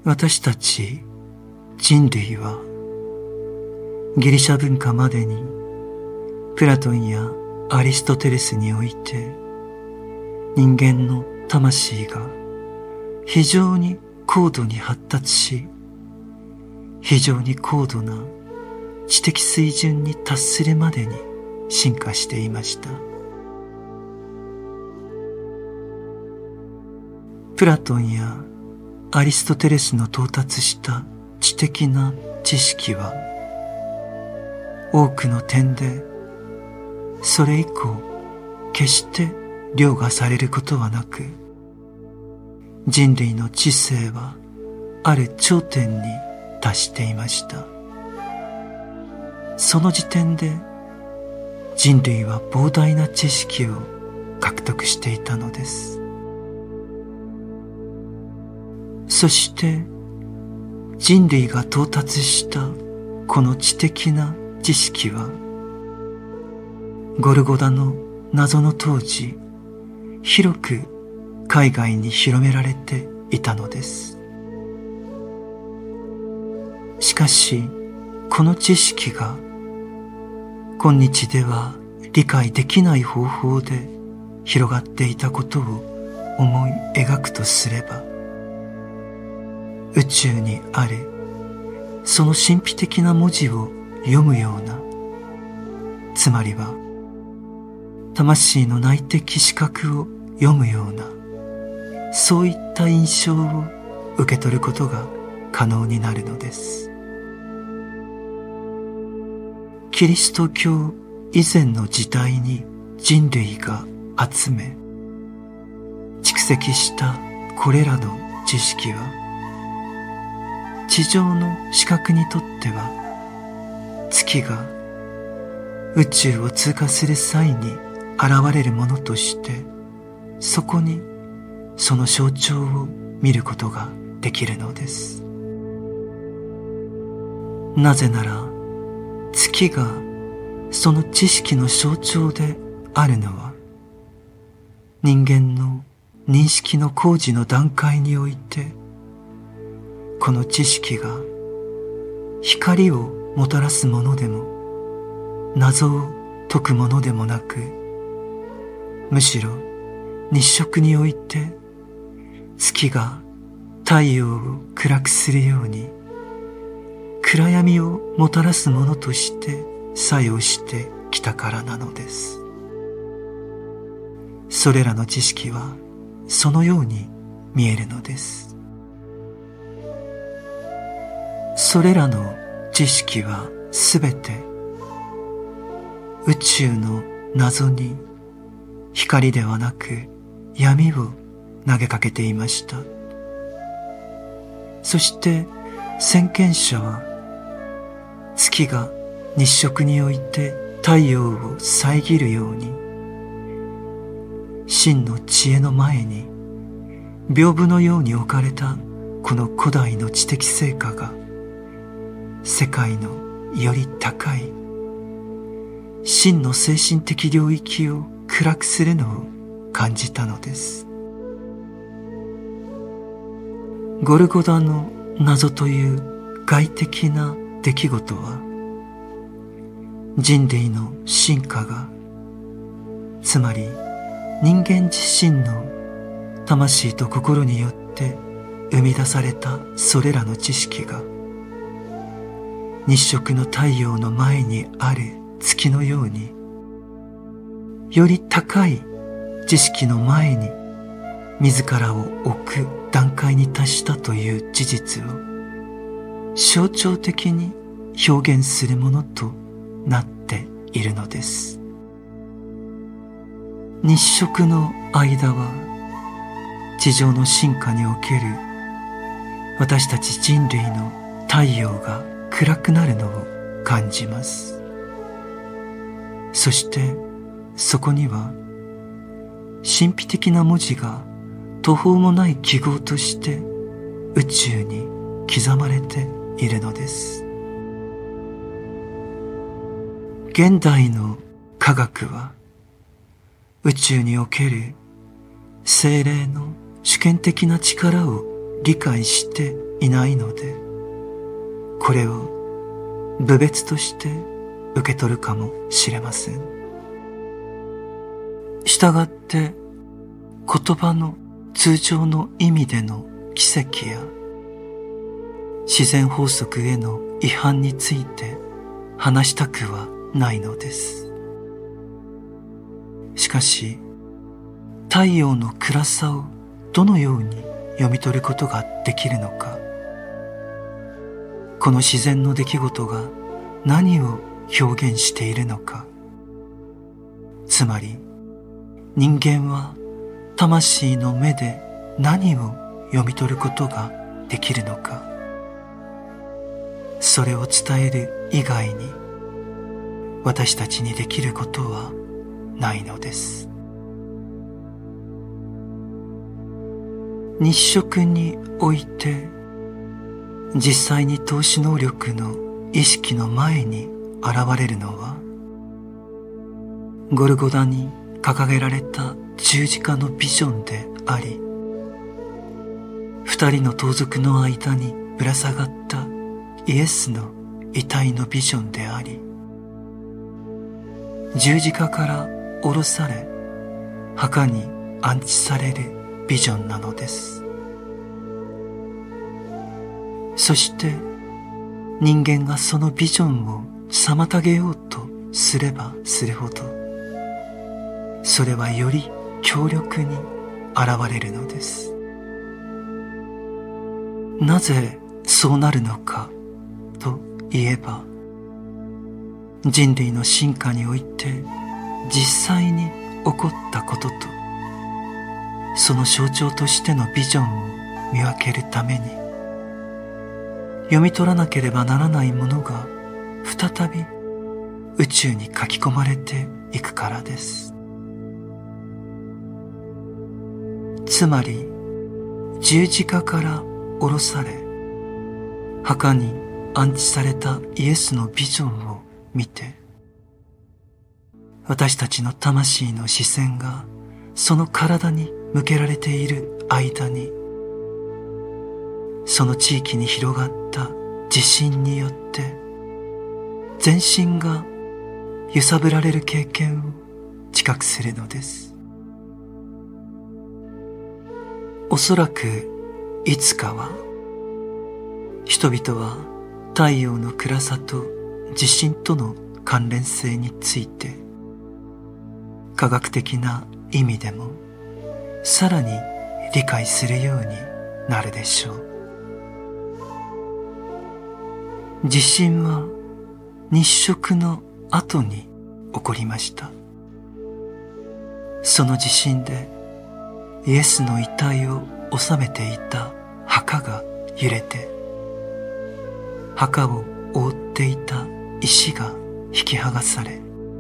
私たち人類はギリシャ文化までにプラトンやアリストテレスにおいて人間の魂が非常に高度に発達し、非常に高度な知的水準に達するまでに進化していました。プラトンやアリストテレスの到達した知的な知識は多くの点でそれ以降決して凌駕されることはなく、人類の知性はある頂点に達していました。その時点で人類は膨大な知識を獲得していたのです。そして人類が到達したこの知的な知識はゴルゴダの謎の当時広く海外に広められていたのです。しかしこの知識が今日では理解できない方法で広がっていたことを思い描くとすれば、宇宙にあるその神秘的な文字を読むような、つまりは魂の内的視覚を読むような、そういった印象を受け取ることが可能になるのです。キリスト教以前の時代に人類が集め蓄積したこれらの知識は、地上の視覚にとっては月が宇宙を通過する際に現れるものとして、そこにその象徴を見ることができるのです。なぜなら月がその知識の象徴であるのは、人間の認識の工事の段階においてこの知識が光をもたらすものでも謎を解くものでもなく、むしろ日食において月が太陽を暗くするように暗闇をもたらすものとして作用してきたからなのです。それらの知識はそのように見えるのです。それらの知識はすべて宇宙の謎に光ではなく闇を投げかけていました。そして先見者は月が日食において太陽を遮るように、真の知恵の前に屏風のように置かれたこの古代の知的成果が世界のより高い真の精神的領域を暗くするのを感じたのです。ゴルゴダの謎という外的な出来事は、人類の進化が、つまり人間自身の魂と心によって生み出されたそれらの知識が、日食の太陽の前にある月のように、より高い知識の前に自らを置く段階に達したという事実を象徴的に表現するものとなっているのです。日食の間は地上の進化における私たち人類の太陽が暗くなるのを感じます。そしてそこには神秘的な文字が途方もない記号として宇宙に刻まれているのです。現代の科学は宇宙における精霊の主権的な力を理解していないので、これを部別として受け取るかもしれません。したがって言葉の通常の意味での奇跡や自然法則への違反について話したくはないのです。しかし、太陽の暗さをどのように読み取ることができるのか、この自然の出来事が何を表現しているのか、つまり人間は魂の目で何を読み取ることができるのか、それを伝える以外に私たちにできることはないのです。日食において実際に透視能力の意識の前に現れるのは、ゴルゴダに掲げられた十字架のビジョンであり、二人の盗賊の間にぶら下がったイエスの遺体のビジョンであり、十字架から下ろされ墓に安置されるビジョンなのです。そして人間がそのビジョンを妨げようとすればするほど、それはより強力に現れるのです。なぜそうなるのかといえば、人類の進化において実際に起こったことと、その象徴としてのビジョンを見分けるために、読み取らなければならないものが再び宇宙に書き込まれていくからです。つまり、十字架から下ろされ墓に安置されたイエスのビジョンを見て、私たちの魂の視線がその体に向けられている間に、その地域に広がった地震によって全身が揺さぶられる経験を知覚するのです。おそらくいつかは人々は太陽の暗さと地震との関連性について科学的な意味でもさらに理解するようになるでしょう。地震は日食の後に起こりました。その地震でイエスの遺体を収めていた墓が揺れて、墓を覆っていた石が引き剥がされ、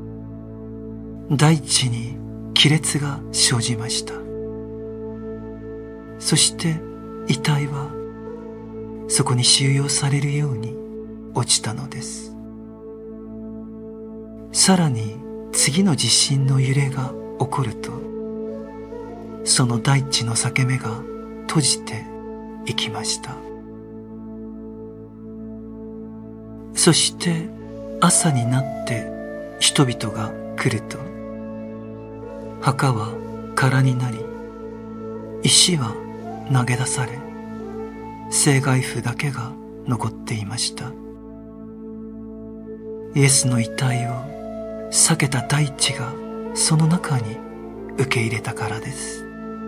大地に亀裂が生じました。そして遺体はそこに収容されるように落ちたのです。さらに次の地震の揺れが起こると、その大地の裂け目が閉じていきました。そして朝になって人々が来ると、墓は空になり、石は投げ出され、青海符だけが残っていました。イエスの遺体を裂けた大地がその中に受け入れたからです。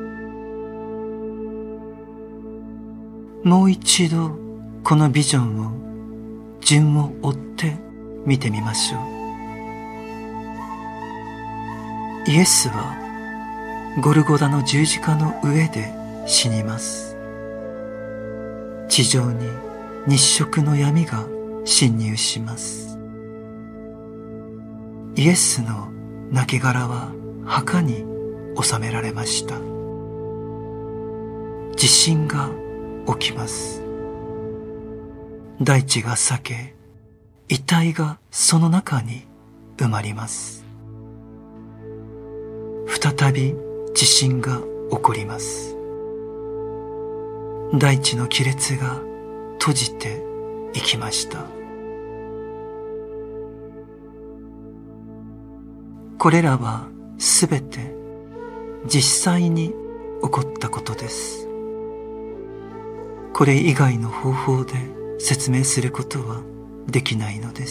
もう一度このビジョンを順を追って見てみましょう。イエスはゴルゴダの十字架の上で死にます。地上に日食の闇が侵入します。イエスの亡骸は墓に収められました。地震が起きます。大地が裂け、遺体がその中に埋まります。再び地震が起こります。大地の亀裂が閉じていきました。これらはすべて実際に起こったことです。これ以外の方法で説明することはできないのです。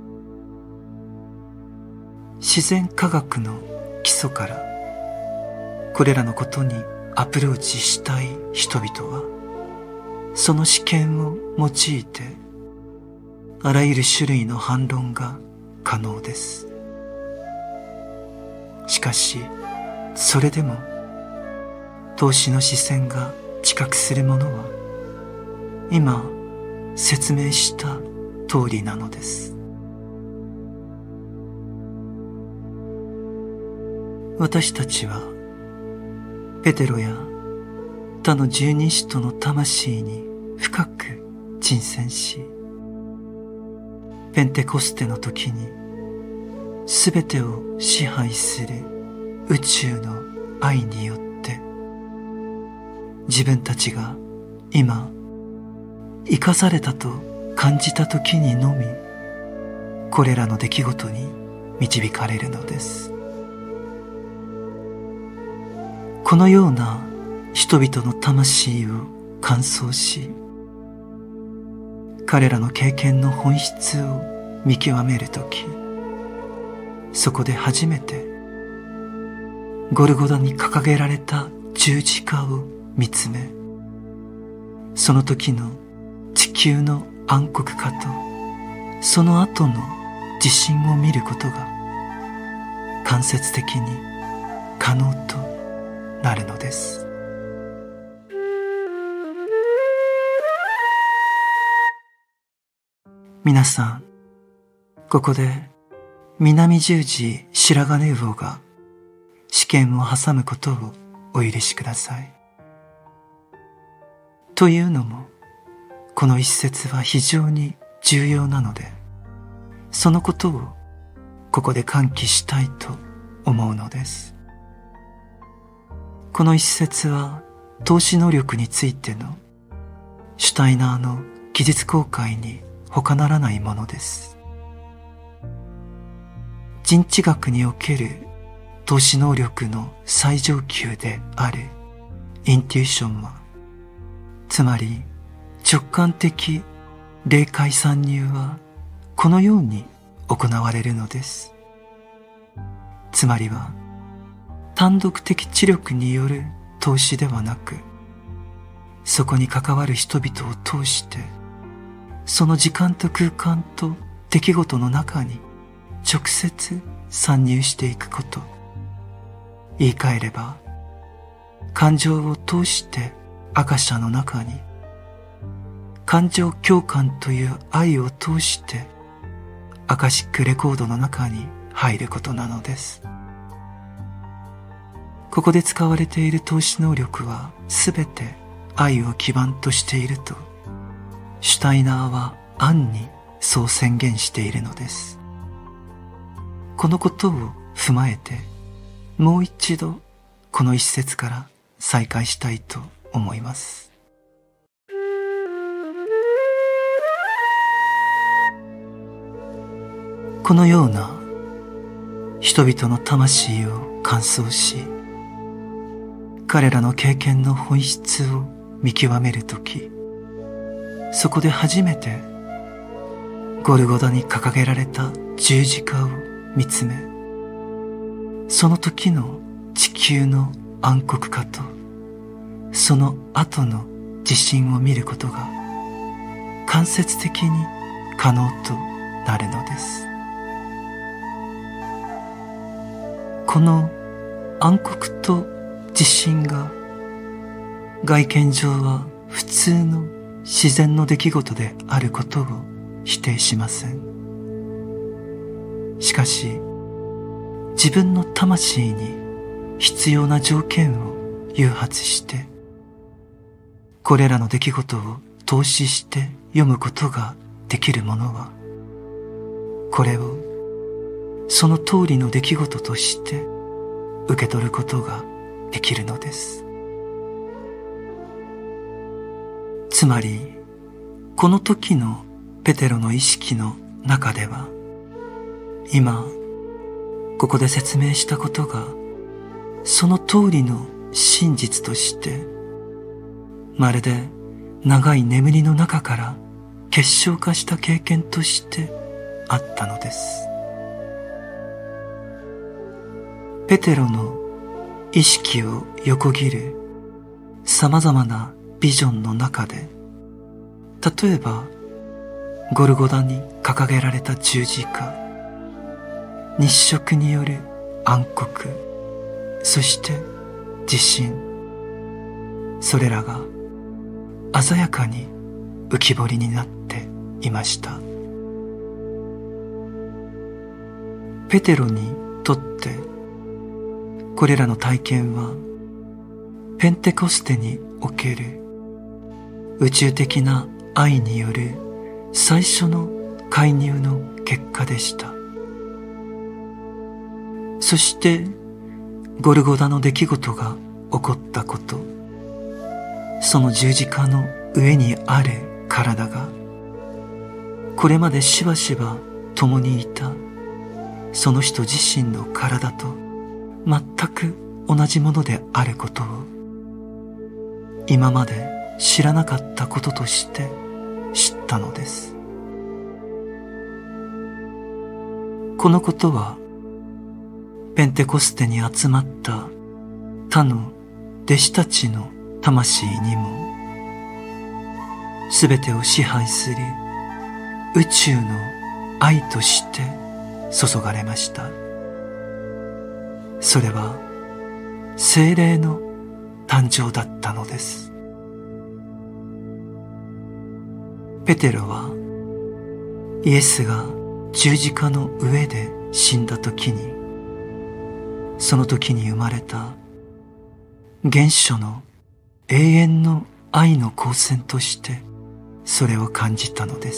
自然科学の基礎からこれらのことにアプローチしたい人々はその知見を用いてあらゆる種類の反論が可能です。しかしそれでも透視の視線が知覚するものは今説明した通りなのです。私たちはペテロや他の十二使徒の魂に深く沈潜し、ペンテコステの時にすべてを支配する宇宙の愛によって自分たちが今生かされたと感じた時にのみこれらの出来事に導かれるのです。このような人々の魂を観想し、彼らの経験の本質を見極めるとき、そこで初めてゴルゴダに掲げられた十字架を見つめ、その時の地球の暗黒化とその後の地震を見ることが間接的に可能となるのです。皆さん、ここで南十字白金魚が試験を挟むことをお許しください。というのも、この一節は非常に重要なので、そのことをここで喚起したいと思うのです。この一節は透視能力についてのシュタイナーの技術公開に他ならないものです。人知学における透視能力の最上級であるインテュイションは、つまり直感的霊界参入はこのように行われるのです。つまりは単独的知力による透視ではなく、そこに関わる人々を通してその時間と空間と出来事の中に直接参入していくこと。言い換えれば、感情を通してアカシャの中に、感情共感という愛を通してアカシックレコードの中に入ることなのです。ここで使われている透視能力はすべて愛を基盤としているとシュタイナーは暗にそう宣言しているのです。このことを踏まえてもう一度この一節から再開したいと思います。このような人々の魂を観想し、彼らの経験の本質を見極めるとき、そこで初めてゴルゴダに掲げられた十字架を見つめ、その時の地球の暗黒化とその後の地震を見ることが間接的に可能となるのです。この暗黒と地震が外見上は普通の自然の出来事であることを否定しません。しかし自分の魂に必要な条件を誘発してこれらの出来事を透視して読むことができる者は、これをその通りの出来事として受け取ることができるのです。つまりこの時のペテロの意識の中では、今ここで説明したことがその通りの真実として、まるで長い眠りの中から結晶化した経験としてあったのです。ペテロの意識を横切る様々なビジョンの中で、例えばゴルゴダに掲げられた十字架、日食による暗黒、そして地震、それらが鮮やかに浮き彫りになっていました。ペテロにとってこれらの体験はペンテコステにおける宇宙的な愛による最初の介入の結果でした。そしてゴルゴダの出来事が起こったこと、その十字架の上にある体がこれまでしばしば共にいたその人自身の体と全く同じものであることを今まで知らなかったこととして知ったのです。このことはペンテコステに集まった他の弟子たちの魂にも、すべてを支配する宇宙の愛として注がれました。それは聖霊の誕生だったのです。ペテロはイエスが十字架の上で死んだ時に、その時に生まれた原初の永遠の愛の光線としてそれを感じたのです。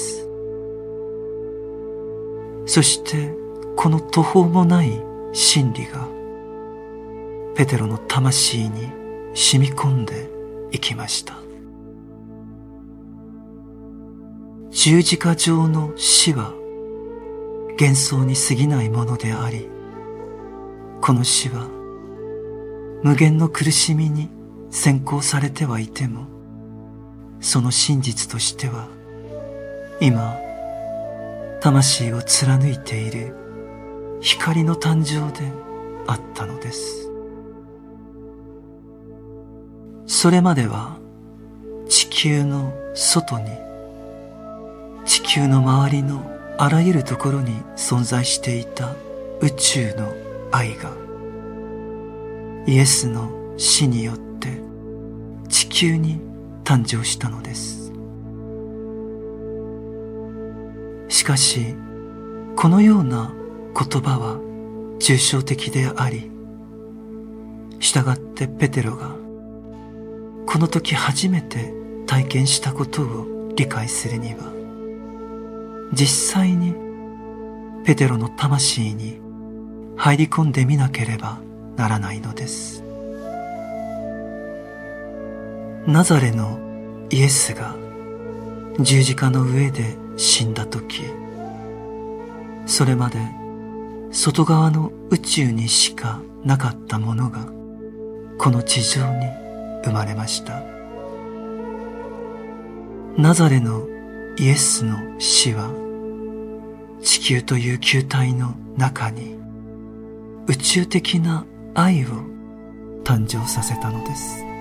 そしてこの途方もない真理がペテロの魂に染み込んでいきました。十字架上の死は幻想に過ぎないものであり、この死は無限の苦しみに先行されてはいても、その真実としては今魂を貫いている光の誕生であったのです。それまでは地球の外に、地球の周りのあらゆるところに存在していた宇宙の愛がイエスの死によって地球に誕生したのです。しかしこのような言葉は抽象的であり、したがってペテロがこの時初めて体験したことを理解するには、実際にペテロの魂に入り込んでみなければならないのです。ナザレのイエスが十字架の上で死んだ時、それまで外側の宇宙にしかなかったものがこの地上に生まれました。ナザレのイエスの死は地球という球体の中に宇宙的な愛を誕生させたのです。